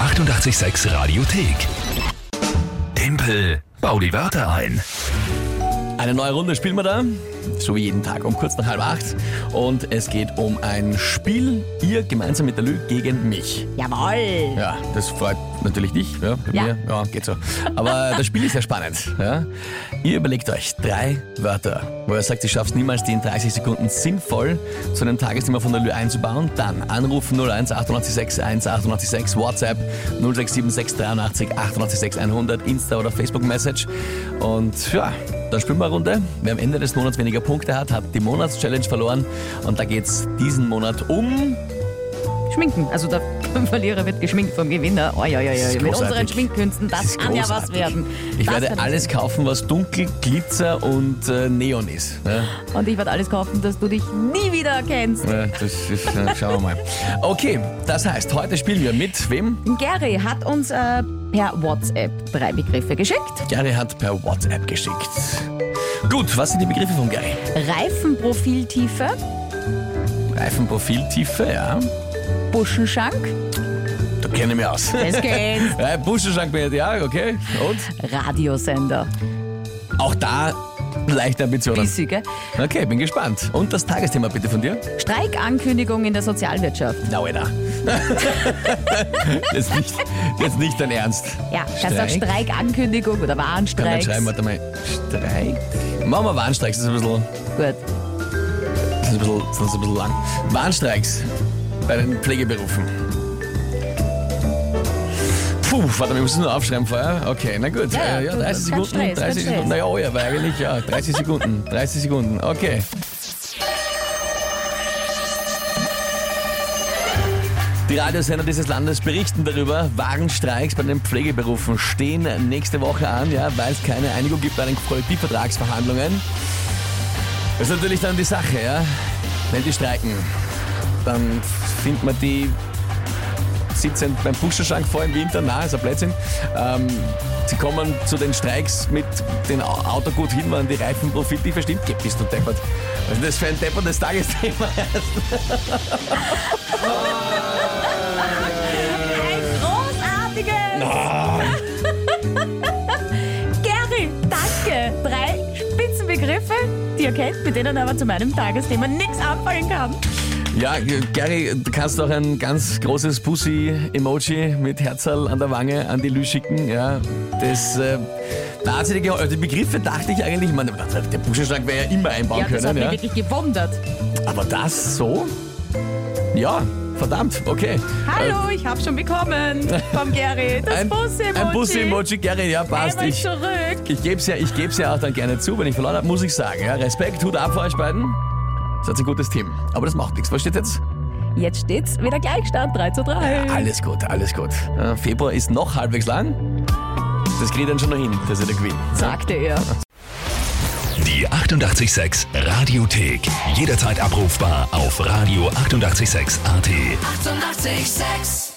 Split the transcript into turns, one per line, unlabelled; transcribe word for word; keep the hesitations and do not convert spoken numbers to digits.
achtundachtzig Komma sechs Radiothek. Tempel, bau die Wörter ein.
Eine neue Runde spielen wir da, so wie jeden Tag um kurz nach halb acht. Und es geht um ein Spiel, ihr gemeinsam mit der Lü gegen mich.
Jawohl!
Ja, das freut natürlich dich, ja, bei
Ja.
mir, ja, geht so. Aber das Spiel ist ja spannend. Ja. Ihr überlegt euch drei Wörter, wo ihr sagt, ihr schafft es niemals, die in dreißig Sekunden sinnvoll zu einem Tagesthema von der Lü einzubauen. Dann anrufen null eins achtundachtzig sechs eins achtundachtzig sechs, WhatsApp null sechs sieben sechs dreiundachtzig achtundachtzig sechs hundert, Insta oder Facebook-Message. Und ja, dann spielen wir eine Runde. Wer am Ende des Monats weniger Punkte hat, hat die Monatschallenge verloren. Und da geht es diesen Monat um...
Schminken. Also der Verlierer wird geschminkt vom Gewinner. Oi, oi, oi, oi. Mit
großartig.
unseren Schminkkünsten, das,
Das ist
kann ja was
großartig.
werden.
Ich
Das
werde
kann
alles
werden.
kaufen, was dunkel, Glitzer und äh, Neon ist. Ja,
Und ich werde alles kaufen, dass du dich nie wieder erkennst.
ja, das ist, äh, schauen wir mal. Okay, das heißt, heute spielen wir mit wem?
Gary hat uns äh, per WhatsApp drei Begriffe geschickt.
Gary hat per WhatsApp geschickt. Gut, was sind die Begriffe von Gary?
Reifenprofiltiefe,
Reifenprofiltiefe, ja.
Buschenschank,
Da kenne ich mich aus.
das kennst,
Ja, Buschenschank bin ich, ja, okay. Und?
Radiosender.
Auch da leichte Ambitionen.
Bissig, gell?
Okay, bin gespannt. Und das Tagesthema bitte von dir?
Streikankündigung in der Sozialwirtschaft.
Na, Alter. Das ist nicht, das ist nicht dein Ernst.
Ja, kannst du auch
Streik?
Streikankündigung oder
Kann man
Warnstreiks.
schreiben, warte mal. Streik? Machen wir Warnstreiks, das ist ein bisschen,
Gut.
das ist ein bisschen, das ist ein bisschen lang. Warnstreiks bei den Pflegeberufen. Puh, warte mal, ich muss es nur aufschreiben vorher. Okay, na gut.
Ja, ja,
äh, ja
du-
dreißig
kein
Sekunden.
Stress, kein
dreißig
Stress.
Sekunden. Naja, oh ja, aber eigentlich ja. dreißig Sekunden. dreißig Sekunden. Okay. Die Radiosender dieses Landes berichten darüber, Warnstreiks bei den Pflegeberufen stehen nächste Woche an, ja, weil es keine Einigung gibt bei den Kollektivvertragsverhandlungen. Das ist natürlich dann die Sache, ja. Wenn die streiken, dann findet man die sitzen beim Buschenschank vor im Winter, nein, ist ein Blödsinn. Ähm, sie kommen zu den Streiks mit dem Auto gut hin, wenn die Reifenprofiltiefe stimmt. Geh, bist du deppert. Was ist das für ein deppertes Tagesthema?
Ein großartiges! Gary, danke! Drei Spitzenbegriffe, die ihr kennt, mit denen aber zu meinem Tagesthema nichts anfangen kann.
Ja, Gary, du kannst doch ein ganz großes Pussy-Emoji mit Herzerl an der Wange an die Lü schicken. Ja, das, äh, da hat sie dir geholfen. Die Begriffe dachte ich eigentlich, ich meine, der Buschenschlag wäre ja immer einbauen
Ja, das hat
können.
mich
Ja.
wirklich gewundert.
Aber das so? Ja, verdammt, okay.
Hallo, ich hab's schon bekommen vom Gary. Das
Ein,
Bus-Emoji.
ein Bus-Emoji, Gary, ja, passt.
Einmal
Ich,
zurück.
ich gebe es ja, ich geb's ja auch dann gerne zu, wenn ich verloren habe, muss ich sagen. Ja. Respekt, Hut ab für euch beiden. Seid ein gutes Team. Aber das macht nichts. Was steht jetzt?
Jetzt steht's wieder Gleichstand, drei zu drei.
Alles gut, alles gut. Äh, Februar ist noch halbwegs lang. Das kriegt dann schon noch hin, dass ihr da gewinnt.
Sagte er.
Die achtundachtzig Komma sechs Radiothek. Jederzeit abrufbar auf radio achtundachtzig Komma sechs A T.
achtundachtzig Komma sechs